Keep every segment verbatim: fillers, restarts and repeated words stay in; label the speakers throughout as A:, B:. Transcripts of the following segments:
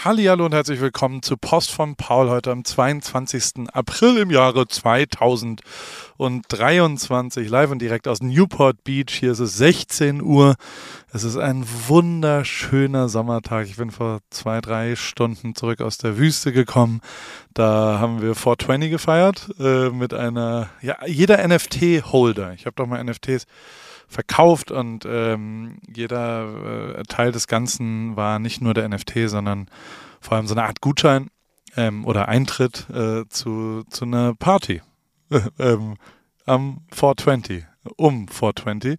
A: Hallihallo und herzlich willkommen zu Post von Paul heute am zweiundzwanzigsten April im Jahre zweitausenddreiundzwanzig, live und direkt aus Newport Beach. Hier ist es sechzehn Uhr. Es ist ein wunderschöner Sommertag. Ich bin vor zwei, drei Stunden zurück aus der Wüste gekommen. Da haben wir vier zwanzig gefeiert äh, mit einer, ja, jeder N F T-Holder. Ich habe doch mal N F Ts verkauft und ähm, jeder äh, Teil des Ganzen war nicht nur der N F T, sondern vor allem so eine Art Gutschein ähm, oder Eintritt äh, zu, zu einer Party ähm, am vier zwanzig, um vier zwanzig.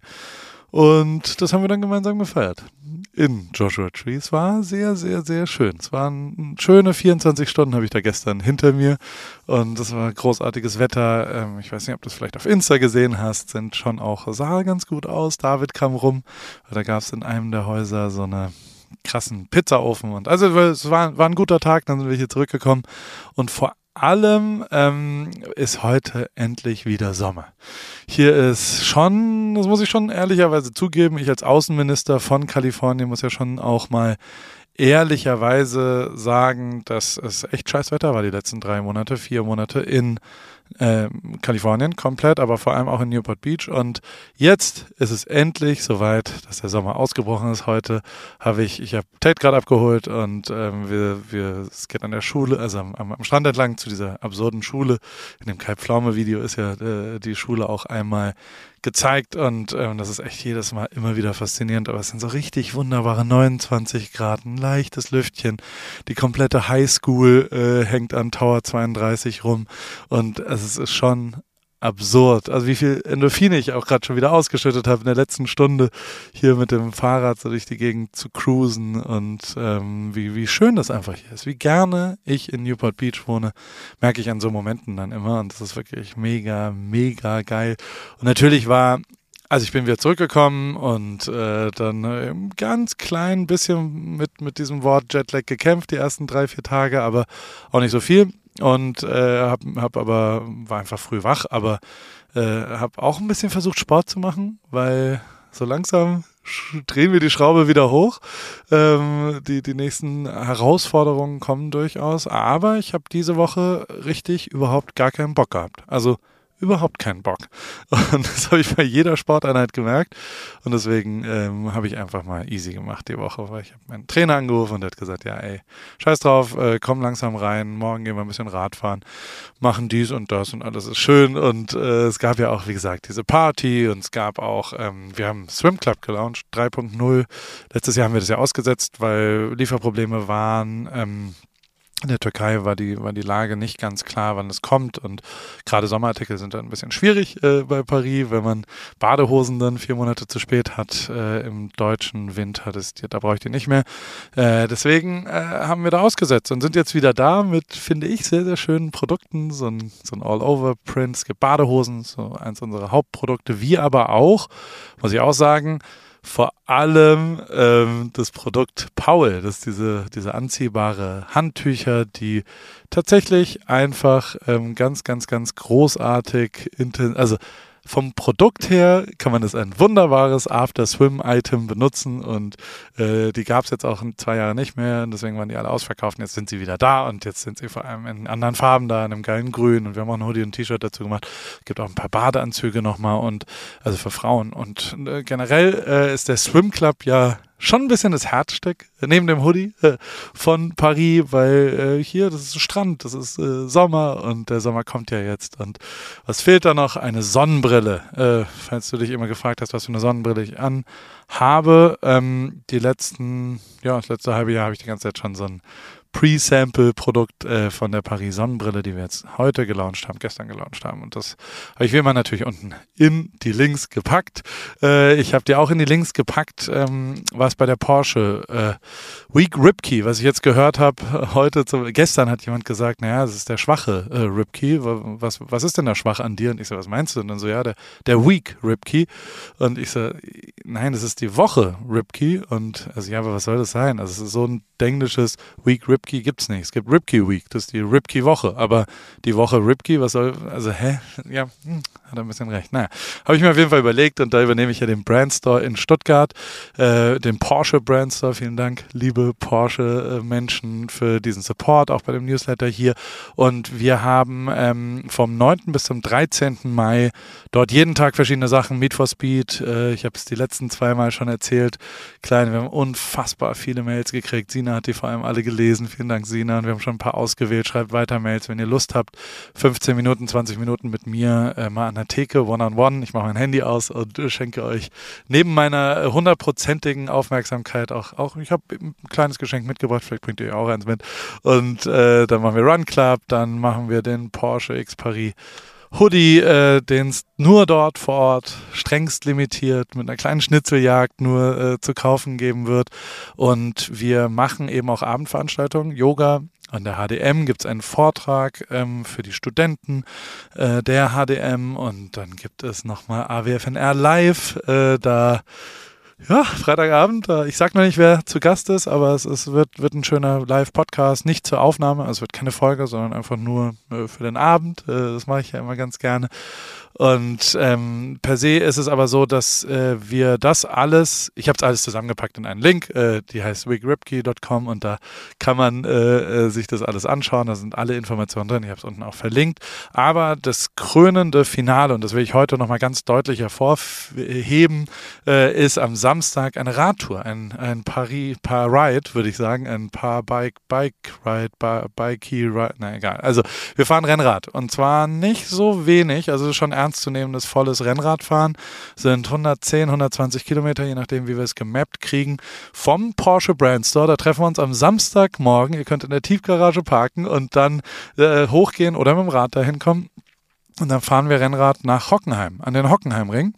A: Und das haben wir dann gemeinsam gefeiert in Joshua Tree. Es war sehr, sehr, sehr schön. Es waren schöne vierundzwanzig Stunden, habe ich da gestern hinter mir. Und es war großartiges Wetter. Ich weiß nicht, ob du es vielleicht auf Insta gesehen hast. Sind schon auch, sah ganz gut aus. David kam rum. Da gab es in einem der Häuser so eine krassen Pizzaofen. Und also es war, war ein guter Tag. Dann sind wir hier zurückgekommen. Und vor allem ähm, ist heute endlich wieder Sommer. Hier ist schon, das muss ich schon ehrlicherweise zugeben, ich als Außenminister von Kalifornien muss ja schon auch mal ehrlicherweise sagen, dass es echt scheiß Wetter war die letzten drei Monate, vier Monate in äh, Kalifornien komplett, aber vor allem auch in Newport Beach. Und jetzt ist es endlich soweit, dass der Sommer ausgebrochen ist. Heute habe ich, ich habe Tate gerade abgeholt und ähm, wir, wir, es geht an der Schule, also am, am Strand entlang zu dieser absurden Schule. In dem Kai Pflaume-Video ist ja äh, die Schule auch einmal gezeigt und ähm, das ist echt jedes Mal immer wieder faszinierend, aber es sind so richtig wunderbare neunundzwanzig Grad, ein leichtes Lüftchen, die komplette Highschool äh, hängt an Tower zweiunddreißig rum und es ist schon absurd, also wie viel Endorphine ich auch gerade schon wieder ausgeschüttet habe in der letzten Stunde hier mit dem Fahrrad so durch die Gegend zu cruisen und ähm, wie, wie schön das einfach hier ist, wie gerne ich in Newport Beach wohne, merke ich an so Momenten dann immer und das ist wirklich mega, mega geil. Und natürlich war, also ich bin wieder zurückgekommen und äh, dann äh, ein ganz klein bisschen mit, mit diesem Wort Jetlag gekämpft, die ersten drei, vier Tage, aber auch nicht so viel. Und äh, hab, hab aber, war einfach früh wach, aber äh, hab auch ein bisschen versucht Sport zu machen, weil so langsam sch- drehen wir die Schraube wieder hoch. Ähm, die, die nächsten Herausforderungen kommen durchaus, aber ich habe diese Woche richtig überhaupt gar keinen Bock gehabt. Also überhaupt keinen Bock. Und das habe ich bei jeder Sporteinheit gemerkt. Und deswegen ähm, habe ich einfach mal easy gemacht die Woche, weil ich habe meinen Trainer angerufen und der hat gesagt, ja ey, scheiß drauf, äh, komm langsam rein, morgen gehen wir ein bisschen Radfahren, machen dies und das und alles ist schön. Und äh, es gab ja auch, wie gesagt, diese Party und es gab auch, ähm, wir haben Swim Club gelauncht, drei Punkt null. Letztes Jahr haben wir das ja ausgesetzt, weil Lieferprobleme waren. Ähm, In der Türkei war die, war die Lage nicht ganz klar, wann es kommt und gerade Sommerartikel sind dann ein bisschen schwierig äh, bei Paris, wenn man Badehosen dann vier Monate zu spät hat äh, im deutschen Winter, das, da brauche ich die nicht mehr. Äh, deswegen äh, haben wir da ausgesetzt und sind jetzt wieder da mit, finde ich, sehr, sehr schönen Produkten, so ein, so ein All-Over-Print, es gibt Badehosen, so eins unserer Hauptprodukte, wie aber auch, muss ich auch sagen, vor allem ähm, das Produkt Paul, das ist diese, diese anziehbare Handtücher, die tatsächlich einfach ähm, ganz, ganz, ganz großartig, inten- also vom Produkt her kann man das ein wunderbares After-Swim-Item benutzen und äh, die gab es jetzt auch in zwei Jahren nicht mehr und deswegen waren die alle ausverkauft und jetzt sind sie wieder da und jetzt sind sie vor allem in anderen Farben da, in einem geilen Grün und wir haben auch ein Hoodie und ein T-Shirt dazu gemacht. Es gibt auch ein paar Badeanzüge nochmal und also für Frauen und äh, generell äh, ist der Swim Club ja schon ein bisschen das Herzstück, äh, neben dem Hoodie äh, von Paris, weil äh, hier, das ist Strand, das ist äh, Sommer und der Sommer kommt ja jetzt. Und was fehlt da noch? Eine Sonnenbrille. Äh, falls du dich immer gefragt hast, was für eine Sonnenbrille ich anhabe. Ähm, die letzten, ja, das letzte halbe Jahr habe ich die ganze Zeit schon so ein Pre-Sample-Produkt äh, von der Paris Sonnenbrille, die wir jetzt heute gelauncht haben, gestern gelauncht haben. Und das habe ich wie immer natürlich unten in die Links gepackt. Äh, ich habe die auch in die Links gepackt, ähm, was bei der Porsche äh, Weak Ripkey, was ich jetzt gehört habe, heute, zu, gestern hat jemand gesagt, naja, das ist der schwache äh, Ripkey. Was, was ist denn da schwach an dir? Und ich so, was meinst du? Und dann so, ja, der, der Weak Ripkey. Und ich so, nein, das ist die Woche Ripkey. Und also, ja, aber was soll das sein? Also es ist so ein englisches Weak Ripkey Ripkey gibt's nicht. Es gibt Ripkey Week, das ist die Ripkey-Woche. Aber die Woche Ripkey, was soll, also hä? Ja, hm, hat er ein bisschen recht. Naja, habe ich mir auf jeden Fall überlegt und da übernehme ich ja den Brandstore in Stuttgart, äh, den Porsche Brandstore. Vielen Dank, liebe Porsche-Menschen, für diesen Support, auch bei dem Newsletter hier. Und wir haben ähm, vom neunten bis zum dreizehnten Mai dort jeden Tag verschiedene Sachen. Meet for Speed, äh, ich habe es die letzten zweimal schon erzählt. Kleine, wir haben unfassbar viele Mails gekriegt. Sina hat die vor allem alle gelesen. Vielen Dank, Sina. Und wir haben schon ein paar ausgewählt. Schreibt weiter Mails, wenn ihr Lust habt. fünfzehn Minuten, zwanzig Minuten mit mir äh, mal an der Theke, one-on-one. Ich mache mein Handy aus und äh, schenke euch neben meiner hundertprozentigen Aufmerksamkeit auch, auch ich habe ein kleines Geschenk mitgebracht. Vielleicht bringt ihr auch eins mit. Und äh, dann machen wir Run Club. Dann machen wir den Porsche X Paris Hoodie, äh, den es nur dort vor Ort strengst limitiert mit einer kleinen Schnitzeljagd nur äh, zu kaufen geben wird. Und wir machen eben auch Abendveranstaltungen, Yoga. An der H D M gibt es einen Vortrag ähm, für die Studenten äh, der H D M und dann gibt es nochmal A W F N R Live, äh, da ja, Freitagabend, ich sag noch nicht, wer zu Gast ist, aber es, es wird, wird ein schöner Live-Podcast, nicht zur Aufnahme, also es wird keine Folge, sondern einfach nur äh, für den Abend, äh, das mache ich ja immer ganz gerne. Und ähm, per se ist es aber so, dass äh, wir das alles, ich habe es alles zusammengepackt in einen Link, äh, die heißt week ripkey dot com und da kann man äh, sich das alles anschauen, da sind alle Informationen drin, ich habe es unten auch verlinkt. Aber das krönende Finale, und das will ich heute nochmal ganz deutlich hervorheben, äh, ist am Samstag eine Radtour, ein, ein Paris, Par-Ride, würde ich sagen, ein Par-Bike, Bike-Ride, Bikey-Ride, na egal. Also wir fahren Rennrad und zwar nicht so wenig, also schon ernstzunehmendes, volles Rennradfahren, sind hundertzehn, hundertzwanzig Kilometer, je nachdem, wie wir es gemappt kriegen, vom Porsche Brandstore. Da treffen wir uns am Samstagmorgen. Ihr könnt in der Tiefgarage parken und dann äh, hochgehen oder mit dem Rad dahin kommen. Und dann fahren wir Rennrad nach Hockenheim, an den Hockenheimring.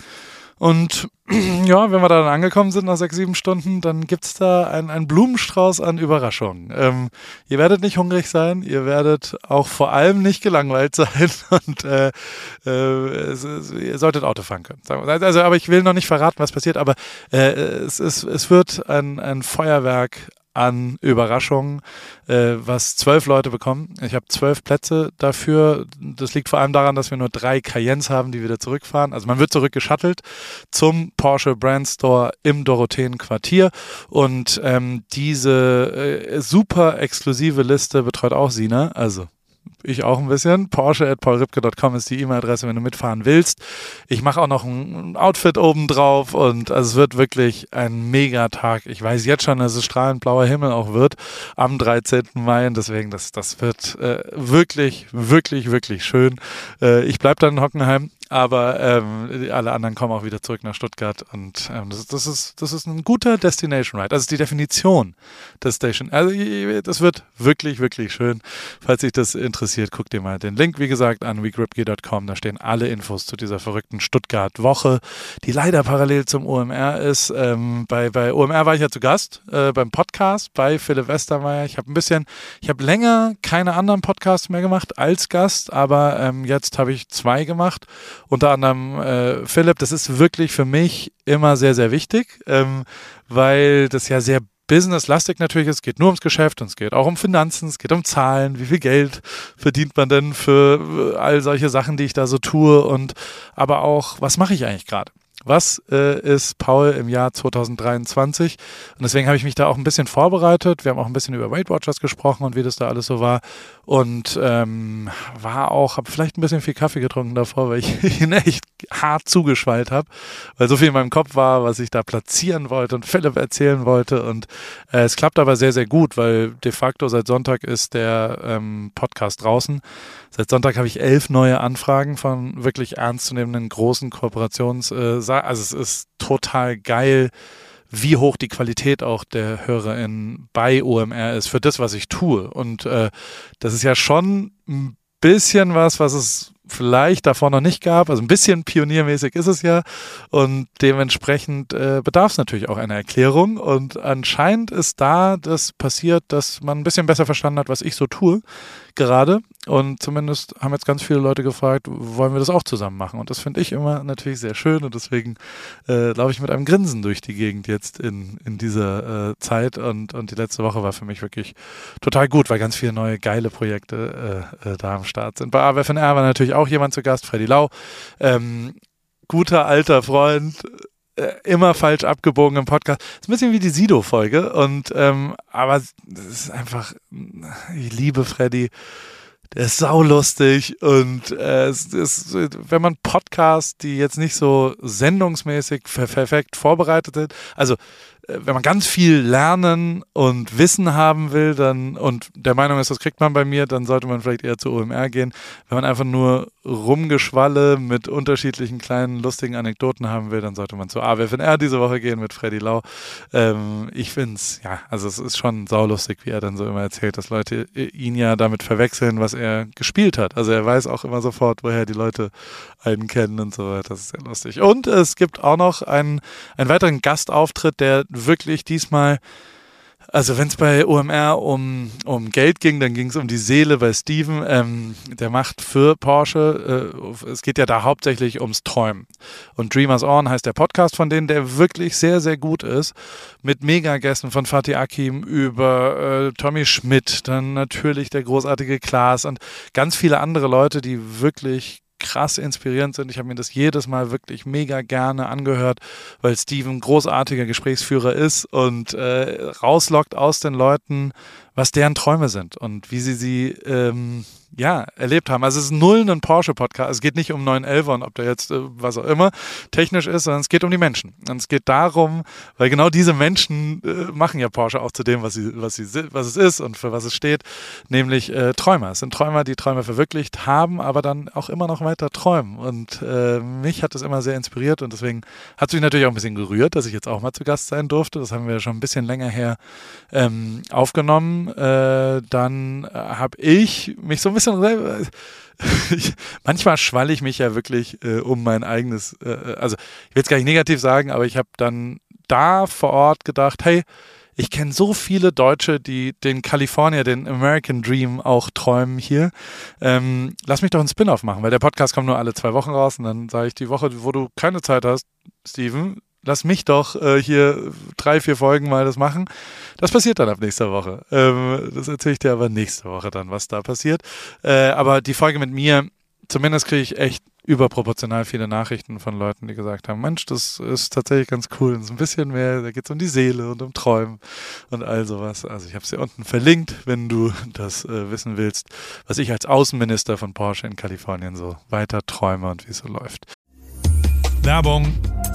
A: Und ja, wenn wir da dann angekommen sind nach sechs, sieben Stunden, dann gibt's da einen, einen Blumenstrauß an Überraschungen. Ähm, ihr werdet nicht hungrig sein, ihr werdet auch vor allem nicht gelangweilt sein und äh, äh, es, es, ihr solltet Auto fahren können. Also, aber ich will noch nicht verraten, was passiert, aber äh, es, es, es wird ein, ein Feuerwerk an Überraschungen, äh, was zwölf Leute bekommen. Ich habe zwölf Plätze dafür. Das liegt vor allem daran, dass wir nur drei Cayennes haben, die wieder zurückfahren. Also man wird zurückgeschattelt zum Porsche Brandstore im Dorotheen-Quartier und ähm, diese äh, super exklusive Liste betreut auch Sina, also ich auch ein bisschen. Porsche at paul ripke dot com ist die E-Mail-Adresse, wenn du mitfahren willst. Ich mache auch noch ein Outfit oben drauf und also es wird wirklich ein Megatag. Ich weiß jetzt schon, dass es strahlend blauer Himmel auch wird am dreizehnten Mai und deswegen, das, das wird äh, wirklich, wirklich, wirklich schön. Äh, ich bleibe dann in Hockenheim, aber ähm, alle anderen kommen auch wieder zurück nach Stuttgart und ähm, das, das, ist, das ist ein guter Destination Ride. Das ist die Definition des Station. Also das wird wirklich, wirklich schön. Falls sich das interessiert, guckt dir mal den Link, wie gesagt, an week ripkey dot com. Da stehen alle Infos zu dieser verrückten Stuttgart-Woche, die leider parallel zum O M R ist. Ähm, bei, bei O M R war ich ja zu Gast, äh, beim Podcast bei Philipp Westermeier. Ich habe ein bisschen, ich habe länger keine anderen Podcasts mehr gemacht als Gast, aber ähm, jetzt habe ich zwei gemacht. Unter anderem äh, Philipp, das ist wirklich für mich immer sehr, sehr wichtig, ähm, weil das ja sehr businesslastig natürlich ist. Es geht nur ums Geschäft und es geht auch um Finanzen, es geht um Zahlen, wie viel Geld verdient man denn für all solche Sachen, die ich da so tue und aber auch, was mache ich eigentlich gerade? Was äh, ist Paul im Jahr zwanzig dreiundzwanzig? Und deswegen habe ich mich da auch ein bisschen vorbereitet. Wir haben auch ein bisschen über Weight Watchers gesprochen und wie das da alles so war. Und ähm, war auch, habe vielleicht ein bisschen viel Kaffee getrunken davor, weil ich ihn echt hart zugeschwallt habe, weil so viel in meinem Kopf war, was ich da platzieren wollte und Philipp erzählen wollte. Und äh, es klappt aber sehr, sehr gut, weil de facto seit Sonntag ist der ähm, Podcast draußen. Seit Sonntag habe ich elf neue Anfragen von wirklich ernstzunehmenden großen Kooperations- äh, also es ist total geil, wie hoch die Qualität auch der HörerInnen bei O M R ist für das, was ich tue. Und äh, das ist ja schon ein bisschen was, was es vielleicht davor noch nicht gab. Also ein bisschen pioniermäßig ist es ja und dementsprechend äh, bedarf es natürlich auch einer Erklärung und anscheinend ist da das passiert, dass man ein bisschen besser verstanden hat, was ich so tue gerade und zumindest haben jetzt ganz viele Leute gefragt, wollen wir das auch zusammen machen und das finde ich immer natürlich sehr schön und deswegen äh, laufe ich mit einem Grinsen durch die Gegend jetzt in, in dieser äh, Zeit und, und die letzte Woche war für mich wirklich total gut, weil ganz viele neue geile Projekte äh, äh, da am Start sind. Bei A W F N R war natürlich auch jemand zu Gast, Freddy Lau, ähm, guter alter Freund, äh, immer falsch abgebogen im Podcast. Ist ein bisschen wie die Sido-Folge und ähm, aber es ist einfach, ich liebe Freddy. Der ist saulustig und äh, es ist, wenn man Podcasts, die jetzt nicht so sendungsmäßig perfekt vorbereitet sind, also wenn man ganz viel lernen und Wissen haben will, dann und der Meinung ist, das kriegt man bei mir, dann sollte man vielleicht eher zu O M R gehen. Wenn man einfach nur Rumgeschwalle mit unterschiedlichen kleinen lustigen Anekdoten haben will, dann sollte man zu A W F N R diese Woche gehen mit Freddy Lau. Ähm, ich finde es, ja, also es ist schon saulustig, wie er dann so immer erzählt, dass Leute ihn ja damit verwechseln, was er gespielt hat. Also er weiß auch immer sofort, woher die Leute einen kennen und so weiter. Das ist sehr lustig. Und es gibt auch noch einen, einen weiteren Gastauftritt, der wirklich diesmal, also wenn es bei O M R um, um Geld ging, dann ging es um die Seele bei Steven. Ähm, der macht für Porsche, äh, es geht ja da hauptsächlich ums Träumen. Und Dreamers On heißt der Podcast von denen, der wirklich sehr, sehr gut ist. Mit Mega-Gästen von Fatih Akin über äh, Tommy Schmidt, dann natürlich der großartige Klaas und ganz viele andere Leute, die wirklich krass inspirierend sind. Ich habe mir das jedes Mal wirklich mega gerne angehört, weil Steven großartiger Gesprächsführer ist und äh, rauslockt aus den Leuten, was deren Träume sind und wie sie sie ähm, ja, erlebt haben. Also es ist null ein Porsche-Podcast. Es geht nicht um neun elfer und ob der jetzt äh, was auch immer technisch ist, sondern es geht um die Menschen. Und es geht darum, weil genau diese Menschen äh, machen ja Porsche auch zu dem, was sie, was sie, was es ist und für was es steht, nämlich äh, Träumer. Es sind Träumer, die Träume verwirklicht haben, aber dann auch immer noch weiter träumen. Und äh, mich hat das immer sehr inspiriert und deswegen hat es mich natürlich auch ein bisschen gerührt, dass ich jetzt auch mal zu Gast sein durfte. Das haben wir schon ein bisschen länger her ähm, aufgenommen. Äh, dann äh, habe ich mich so ein bisschen selber, ich, manchmal schwalle ich mich ja wirklich äh, um mein eigenes, äh, also ich will es gar nicht negativ sagen, aber ich habe dann da vor Ort gedacht, hey, ich kenne so viele Deutsche, die den California, den American Dream auch träumen hier. Ähm, lass mich doch einen Spin-off machen, weil der Podcast kommt nur alle zwei Wochen raus und dann sage ich die Woche, wo du keine Zeit hast, Steven, lass mich doch äh, hier drei, vier Folgen mal das machen. Das passiert dann ab nächster Woche. Ähm, das erzähle ich dir aber nächste Woche dann, was da passiert. Äh, aber die Folge mit mir, zumindest kriege ich echt überproportional viele Nachrichten von Leuten, die gesagt haben, Mensch, das ist tatsächlich ganz cool. Das ist ein bisschen mehr, da geht es um die Seele und um Träumen und all sowas. Also ich habe es hier unten verlinkt, wenn du das äh, wissen willst, was ich als Außenminister von Porsche in Kalifornien so weiter träume und wie es so läuft. Werbung.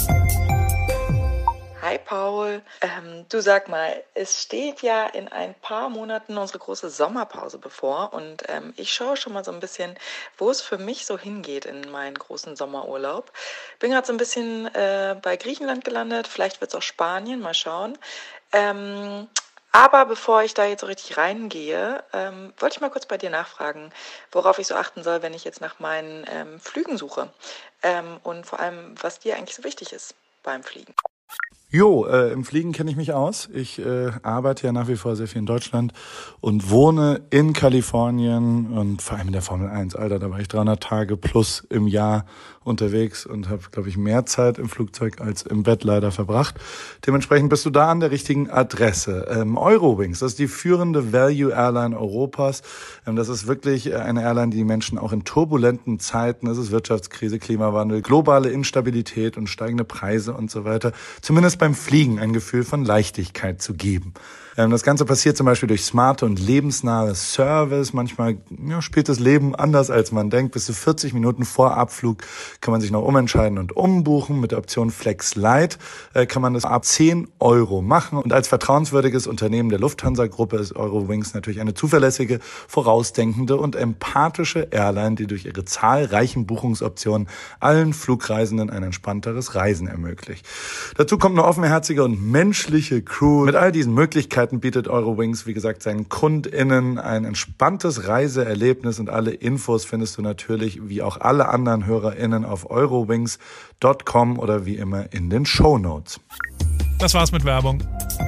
B: Hi Paul, ähm, du sag mal, es steht ja in ein paar Monaten unsere große Sommerpause bevor und ähm, ich schaue schon mal so ein bisschen, wo es für mich so hingeht in meinen großen Sommerurlaub. Bin gerade so ein bisschen äh, bei Griechenland gelandet, vielleicht wird es auch Spanien, mal schauen. Ähm, aber bevor ich da jetzt so richtig reingehe, ähm, wollte ich mal kurz bei dir nachfragen, worauf ich so achten soll, wenn ich jetzt nach meinen ähm, Flügen suche ähm, und vor allem, was dir eigentlich so wichtig ist beim Fliegen.
A: Jo, äh, im Fliegen kenne ich mich aus. Ich äh, arbeite ja nach wie vor sehr viel in Deutschland und wohne in Kalifornien und vor allem in der Formel eins. Alter, da war ich dreihundert Tage plus im Jahr unterwegs und habe, glaube ich, mehr Zeit im Flugzeug als im Bett leider verbracht. Dementsprechend bist du da an der richtigen Adresse. Ähm, Eurowings, das ist die führende Value Airline Europas. Ähm, das ist wirklich eine Airline, die Menschen auch in turbulenten Zeiten, das ist Wirtschaftskrise, Klimawandel, globale Instabilität und steigende Preise und so weiter, zumindest beim Fliegen ein Gefühl von Leichtigkeit zu geben. Das Ganze passiert zum Beispiel durch smarte und lebensnahe Service. Manchmal ja, spielt das Leben anders, als man denkt. Bis zu vierzig Minuten vor Abflug kann man sich noch umentscheiden und umbuchen. Mit der Option Flex Lite äh, kann man das ab zehn Euro machen. Und als vertrauenswürdiges Unternehmen der Lufthansa-Gruppe ist Eurowings natürlich eine zuverlässige, vorausdenkende und empathische Airline, die durch ihre zahlreichen Buchungsoptionen allen Flugreisenden ein entspannteres Reisen ermöglicht. Dazu kommt noch offenherzige und menschliche Crew. Mit all diesen Möglichkeiten bietet Eurowings, wie gesagt, seinen KundInnen ein entspanntes Reiseerlebnis und alle Infos findest du natürlich, wie auch alle anderen HörerInnen, auf eurowings punkt com oder wie immer in den Shownotes.
C: Das war's mit Werbung.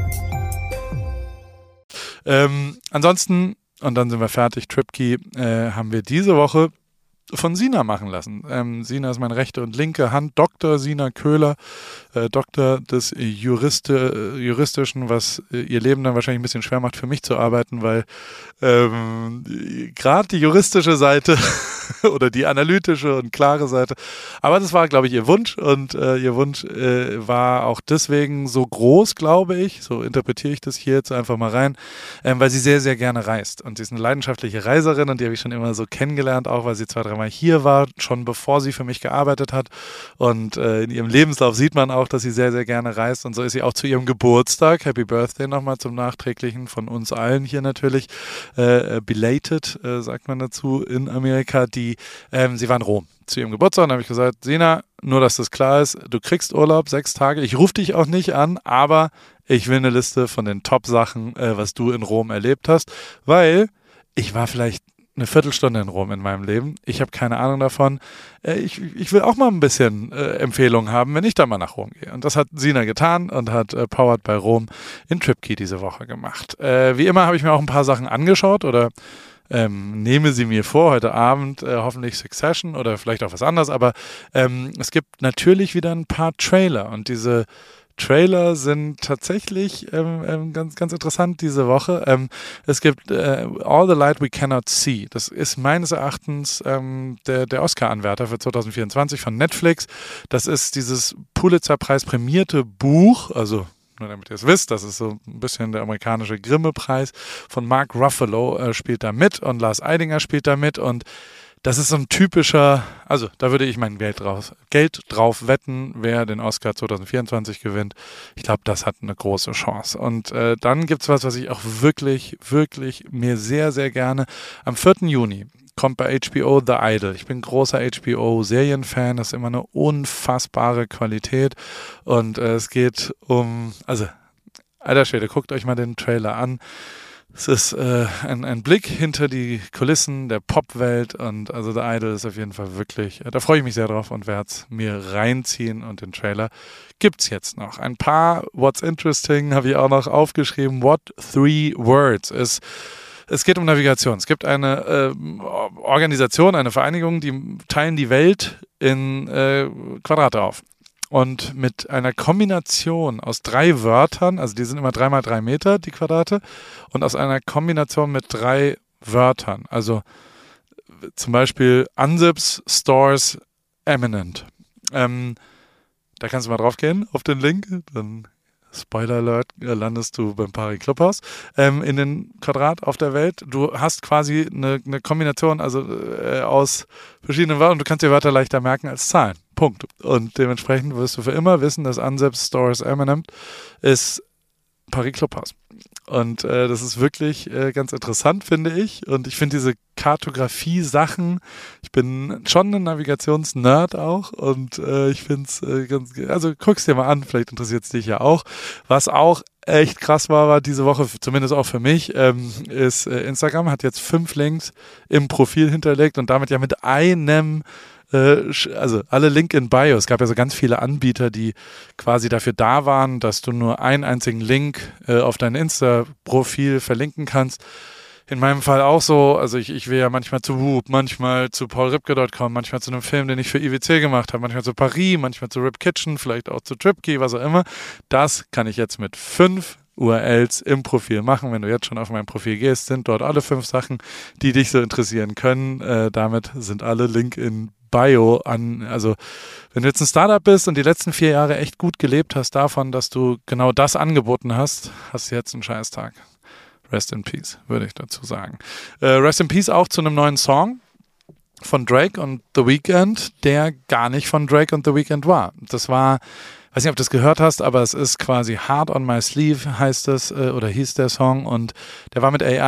A: Ähm, ansonsten, und dann sind wir fertig, TripKey, äh, haben wir diese Woche von Sina machen lassen. Ähm, Sina ist meine rechte und linke Hand, Doktor Sina Köhler, äh, Doktor des Juriste, äh, Juristischen, was äh, ihr Leben dann wahrscheinlich ein bisschen schwer macht für mich zu arbeiten, weil ähm, gerade die juristische Seite oder die analytische und klare Seite, aber das war, glaube ich, ihr Wunsch und äh, ihr Wunsch äh, war auch deswegen so groß, glaube ich, so interpretiere ich das hier jetzt einfach mal rein, ähm, weil sie sehr, sehr gerne reist und sie ist eine leidenschaftliche Reiserin und die habe ich schon immer so kennengelernt, auch weil sie zwei, dreimal hier war, schon bevor sie für mich gearbeitet hat und äh, in ihrem Lebenslauf sieht man auch, dass sie sehr, sehr gerne reist und so ist sie auch zu ihrem Geburtstag, Happy Birthday nochmal zum Nachträglichen von uns allen hier natürlich, äh, belated, äh, sagt man dazu, in Amerika, die, ähm, sie war in Rom zu ihrem Geburtstag und da habe ich gesagt, Sina, nur dass das klar ist, du kriegst Urlaub, sechs Tage, ich rufe dich auch nicht an, aber ich will eine Liste von den Top-Sachen, äh, was du in Rom erlebt hast, weil ich war vielleicht eine Viertelstunde in Rom in meinem Leben. Ich habe keine Ahnung davon. Äh, ich, ich will auch mal ein bisschen äh, Empfehlungen haben, wenn ich da mal nach Rom gehe. Und das hat Sina getan und hat äh, Powered by Rom in TripKey diese Woche gemacht. Äh, wie immer habe ich mir auch ein paar Sachen angeschaut oder ähm, nehme sie mir vor, heute Abend äh, hoffentlich Succession oder vielleicht auch was anderes. Aber ähm, es gibt natürlich wieder ein paar Trailer und diese Trailer sind tatsächlich ähm, ähm, ganz, ganz interessant diese Woche. Ähm, es gibt äh, All the Light We Cannot See. Das ist meines Erachtens ähm, der, der Oscar-Anwärter für zwanzig vierundzwanzig von Netflix. Das ist dieses Pulitzer-Preis prämierte Buch, also nur damit ihr es wisst, das ist so ein bisschen der amerikanische Grimme-Preis von Mark Ruffalo äh, spielt da mit und Lars Eidinger spielt da mit und das ist so ein typischer, also da würde ich mein Geld drauf, Geld drauf wetten, wer den Oscar zwanzig vierundzwanzig gewinnt. Ich glaube, das hat eine große Chance. Und äh, dann gibt's was, was ich auch wirklich, wirklich mir sehr, sehr gerne, am vierten Juni kommt bei H B O The Idol. Ich bin großer H B O-Serienfan, das ist immer eine unfassbare Qualität und äh, es geht um, also, alter Schwede, guckt euch mal den Trailer an. Es ist äh, ein, ein Blick hinter die Kulissen der Popwelt und also The Idol ist auf jeden Fall wirklich, äh, da freue ich mich sehr drauf und werde es mir reinziehen und den Trailer gibt's jetzt noch. Ein paar What's Interesting habe ich auch noch aufgeschrieben. What Three Words ist, es geht um Navigation. Es gibt eine äh, Organisation, eine Vereinigung, die teilen die Welt in äh, Quadrate auf. Und mit einer Kombination aus drei Wörtern, also die sind immer drei mal drei Meter, die Quadrate, und aus einer Kombination mit drei Wörtern, also zum Beispiel Unzips, Stores, Eminent. Ähm, da kannst du mal drauf gehen auf den Link, dann Spoiler Alert, landest du beim Paris Clubhaus, ähm, in den Quadrat auf der Welt. Du hast quasi eine, eine Kombination also äh, aus verschiedenen Wörtern und du kannst die Wörter leichter merken als Zahlen. Punkt. Und dementsprechend wirst du für immer wissen, dass Unzips, Stores, Eminent ist Paris Clubhaus. Und äh, das ist wirklich äh, ganz interessant, finde ich. Und ich finde diese Kartografie-Sachen, ich bin schon ein Navigationsnerd auch und äh, ich finde es äh, ganz, also guck's dir mal an, vielleicht interessiert es dich ja auch. Was auch echt krass war, war diese Woche, zumindest auch für mich, ähm, ist äh, Instagram hat jetzt fünf Links im Profil hinterlegt und damit ja mit einem also alle Link in Bio. Es gab ja so ganz viele Anbieter, die quasi dafür da waren, dass du nur einen einzigen Link äh, auf dein Insta-Profil verlinken kannst. In meinem Fall auch so, also ich, ich will ja manchmal zu Whoop, manchmal zu paul ripke punkt com, manchmal zu einem Film, den ich für I W C gemacht habe, manchmal zu Paris, manchmal zu Rip Kitchen, vielleicht auch zu TripKey, was auch immer. Das kann ich jetzt mit fünf U R Ls im Profil machen. Wenn du jetzt schon auf mein Profil gehst, sind dort alle fünf Sachen, die dich so interessieren können. Äh, damit sind alle Link in Bio an, also wenn du jetzt ein Startup bist und die letzten vier Jahre echt gut gelebt hast davon, dass du genau das angeboten hast, hast du jetzt einen Scheißtag. Rest in Peace, würde ich dazu sagen. Äh, Rest in Peace auch zu einem neuen Song von Drake und The Weeknd, der gar nicht von Drake und The Weeknd war. Das war, weiß nicht, ob du das gehört hast, aber es ist quasi Hard on My Sleeve heißt es, äh, oder hieß der Song und der war mit A I.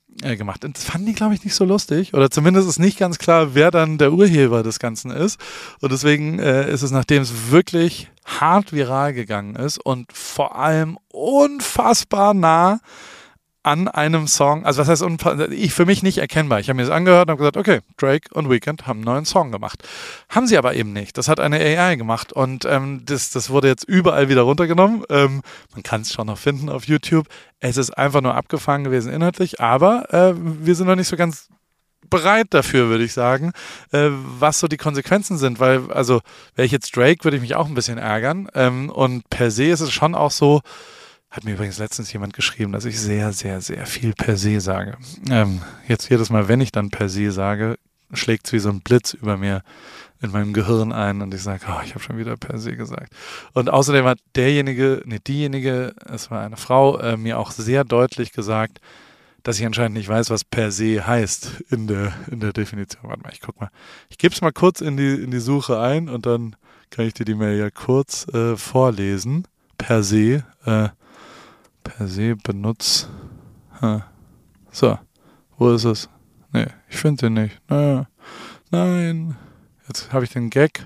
A: äh, gemacht. Und das fanden die, glaube ich, nicht so lustig. Oder zumindest ist nicht ganz klar, wer dann der Urheber des Ganzen ist. Und deswegen äh, ist es, nachdem es wirklich hart viral gegangen ist und vor allem unfassbar nah an einem Song, also was heißt unfa- ich für mich nicht erkennbar. Ich habe mir das angehört und habe gesagt, okay, Drake und Weeknd haben einen neuen Song gemacht. Haben sie aber eben nicht. Das hat eine A I gemacht und ähm, das, das wurde jetzt überall wieder runtergenommen. Ähm, man kann es schon noch finden auf YouTube. Es ist einfach nur abgefangen gewesen inhaltlich, aber äh, wir sind noch nicht so ganz bereit dafür, würde ich sagen, äh, was so die Konsequenzen sind, weil, also wäre ich jetzt Drake, würde ich mich auch ein bisschen ärgern ähm, und per se ist es schon auch so. Hat mir übrigens letztens jemand geschrieben, dass ich sehr, sehr, sehr viel per se sage. Ähm, jetzt jedes Mal, wenn ich dann per se sage, schlägt es wie so ein Blitz über mir in meinem Gehirn ein und ich sage, oh, ich habe schon wieder per se gesagt. Und außerdem hat derjenige, nee, diejenige, es war eine Frau, äh, mir auch sehr deutlich gesagt, dass ich anscheinend nicht weiß, was per se heißt in der, in der Definition. Warte mal, ich guck mal. Ich gebe es mal kurz in die, in die Suche ein und dann kann ich dir die Mail ja kurz äh, vorlesen. Per se, äh, per se benutzt. Huh. So, wo ist es? Nee, ich finde den nicht. Naja. Nein. Jetzt habe ich den Gag.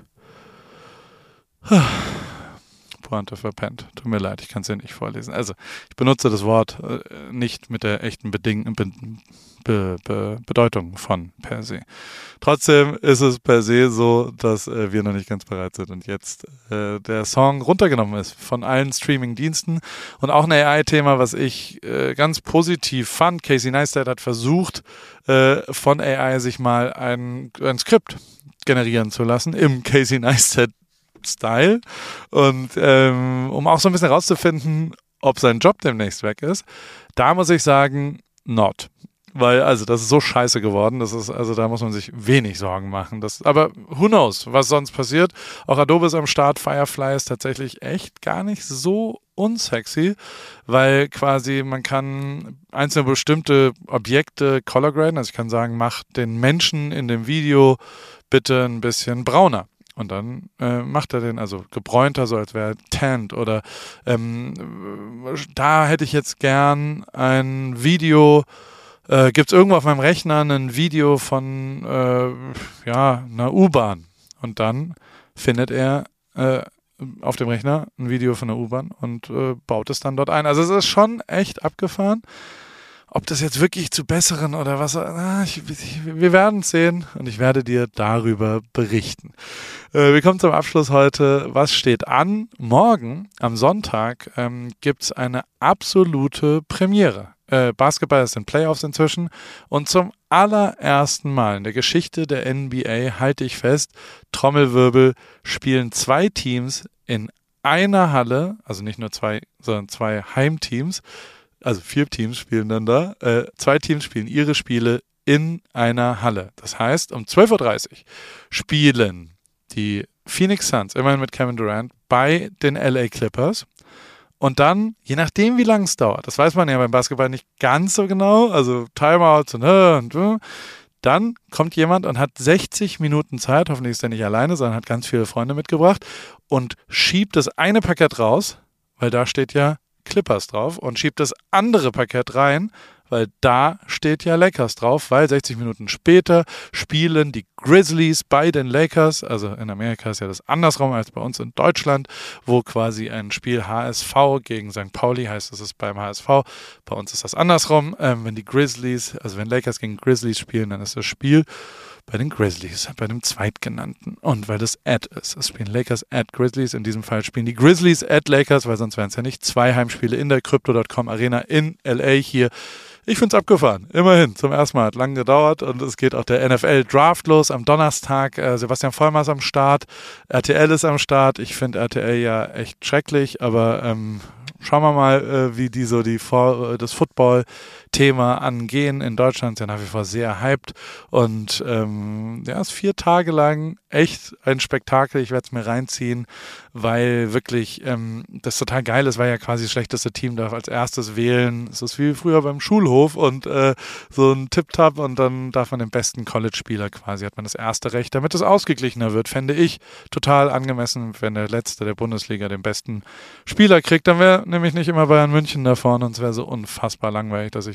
A: Pointe verpennt. Tut mir leid, ich kann es ja nicht vorlesen. Also, ich benutze das Wort äh, nicht mit der echten Beding- Be- Be- Be- Bedeutung von per se. Trotzdem ist es per se so, dass äh, wir noch nicht ganz bereit sind und jetzt äh, der Song runtergenommen ist von allen Streaming-Diensten und auch ein A I-Thema, was ich äh, ganz positiv fand. Casey Neistat hat versucht, äh, von A I sich mal ein, ein Skript generieren zu lassen im Casey Neistat Style und ähm, um auch so ein bisschen rauszufinden, ob sein Job demnächst weg ist, da muss ich sagen, not. Weil, also, das ist so scheiße geworden, das ist, also da muss man sich wenig Sorgen machen. Das, aber who knows, was sonst passiert. Auch Adobe ist am Start, Firefly ist tatsächlich echt gar nicht so unsexy, weil quasi man kann einzelne bestimmte Objekte color graden, also ich kann sagen, mach den Menschen in dem Video bitte ein bisschen brauner. Und dann äh, macht er den, also gebräunter, so als wäre er tanned. Oder ähm, da hätte ich jetzt gern ein Video, äh, gibt es irgendwo auf meinem Rechner ein Video von äh, ja, einer U-Bahn. Und dann findet er äh, auf dem Rechner ein Video von einer U-Bahn und äh, baut es dann dort ein. Also es ist schon echt abgefahren. Ob das jetzt wirklich zu besseren oder was, na, ich, ich, wir werden es sehen und ich werde dir darüber berichten. Äh, wir kommen zum Abschluss heute. Was steht an? Morgen, am Sonntag, ähm, gibt es eine absolute Premiere. Äh, Basketball ist in Playoffs inzwischen und zum allerersten Mal in der Geschichte der N B A, halte ich fest, Trommelwirbel, spielen zwei Teams in einer Halle, also nicht nur zwei, sondern zwei Heimteams. Also vier Teams spielen dann da. Äh, zwei Teams spielen ihre Spiele in einer Halle. Das heißt, um zwölf Uhr dreißig spielen die Phoenix Suns, immerhin mit Kevin Durant, bei den L A Clippers. Und dann, je nachdem, wie lange es dauert, das weiß man ja beim Basketball nicht ganz so genau, also Timeouts und, und, und dann kommt jemand und hat sechzig Minuten Zeit, hoffentlich ist er nicht alleine, sondern hat ganz viele Freunde mitgebracht und schiebt das eine Parkett raus, weil da steht ja Clippers drauf und schiebt das andere Parkett rein, weil da steht ja Lakers drauf, weil sechzig Minuten später spielen die Grizzlies bei den Lakers, also in Amerika ist ja das andersrum als bei uns in Deutschland, wo quasi ein Spiel H S V gegen Sankt Pauli heißt, das ist beim H S V, bei uns ist das andersrum, ähm, wenn die Grizzlies, also wenn Lakers gegen Grizzlies spielen, dann ist das Spiel bei den Grizzlies, bei dem Zweitgenannten. Und weil das at ist. Es spielen Lakers at Grizzlies. In diesem Fall spielen die Grizzlies at Lakers, weil sonst wären es ja nicht zwei Heimspiele in der Crypto Punkt com Arena in L A hier. Ich finde es abgefahren. Immerhin. Zum ersten Mal. Hat lange gedauert und es geht auch der N F L Draft los am Donnerstag. Äh, Sebastian Vollmer ist am Start. R T L ist am Start. Ich finde R T L ja echt schrecklich, aber ähm, schauen wir mal, äh, wie die so die Vor- das Football-Thema angehen. In Deutschland ist ja nach wie vor sehr hyped und ähm, ja, ist vier Tage lang echt ein Spektakel. Ich werde es mir reinziehen, weil wirklich ähm, das total geil ist, weil ja quasi das schlechteste Team darf als erstes wählen. Es ist wie früher beim Schulhof und äh, so ein Tip-Tap und dann darf man den besten College-Spieler quasi, hat man das erste Recht, damit es ausgeglichener wird, fände ich total angemessen, wenn der Letzte der Bundesliga den besten Spieler kriegt. Dann wäre nämlich nicht immer Bayern München da vorne und es wäre so unfassbar langweilig, dass ich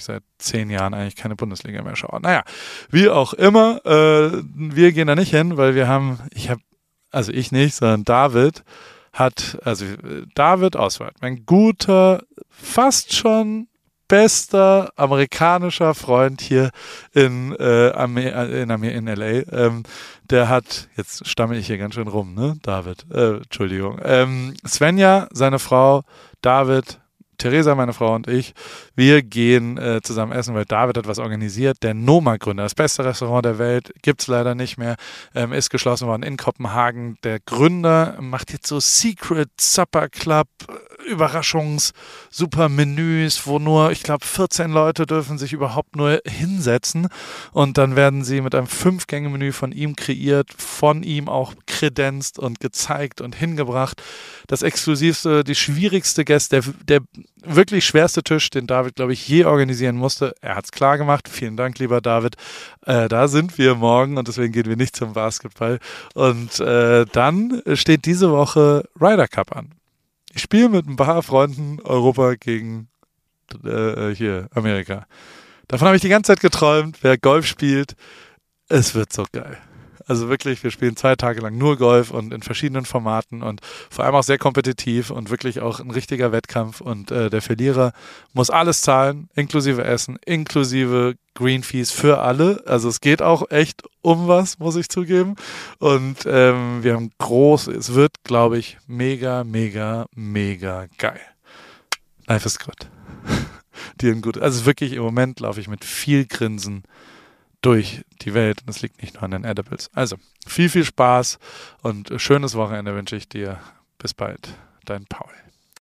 A: seit zehn Jahren eigentlich keine Bundesliga mehr schaue. Naja, wie auch immer, äh, wir gehen da nicht hin, weil wir haben, ich habe, also ich nicht, sondern David hat, also David Oswald, mein guter, fast schon bester amerikanischer Freund hier in, äh, in, in L A, ähm, der hat, jetzt stamme ich hier ganz schön rum, ne, David, äh, Entschuldigung, ähm, Svenja, seine Frau, David, Theresa, meine Frau und ich, wir gehen äh, zusammen essen, weil David hat was organisiert. Der Noma-Gründer, das beste Restaurant der Welt, gibt es leider nicht mehr, ähm, ist geschlossen worden in Kopenhagen. Der Gründer macht jetzt so Secret Supper Club, Überraschungs, super Menüs, wo nur, ich glaube, vierzehn Leute dürfen sich überhaupt nur hinsetzen und dann werden sie mit einem Fünf-Gänge-Menü von ihm kreiert, von ihm auch kredenzt und gezeigt und hingebracht. Das exklusivste, die schwierigste Gäste, der, der wirklich schwerste Tisch, den David, glaube ich, je organisieren musste. Er hat es klar gemacht. Vielen Dank, lieber David. Äh, da sind wir morgen und deswegen gehen wir nicht zum Basketball. Und äh, dann steht diese Woche Ryder Cup an. Ich spiele mit ein paar Freunden Europa gegen äh, hier Amerika. Davon habe ich die ganze Zeit geträumt, wer Golf spielt. Es wird so geil. Also wirklich, wir spielen zwei Tage lang nur Golf und in verschiedenen Formaten und vor allem auch sehr kompetitiv und wirklich auch ein richtiger Wettkampf. Und äh, der Verlierer muss alles zahlen, inklusive Essen, inklusive Green Fees für alle. Also es geht auch echt um was, muss ich zugeben. Und ähm, wir haben groß, es wird, glaube ich, mega, mega, mega geil. Life is good. Dir ein gut. Also wirklich im Moment laufe ich mit viel Grinsen durch die Welt und es liegt nicht nur an den Edibles. Also viel, viel Spaß und schönes Wochenende wünsche ich dir. Bis bald, dein Paul.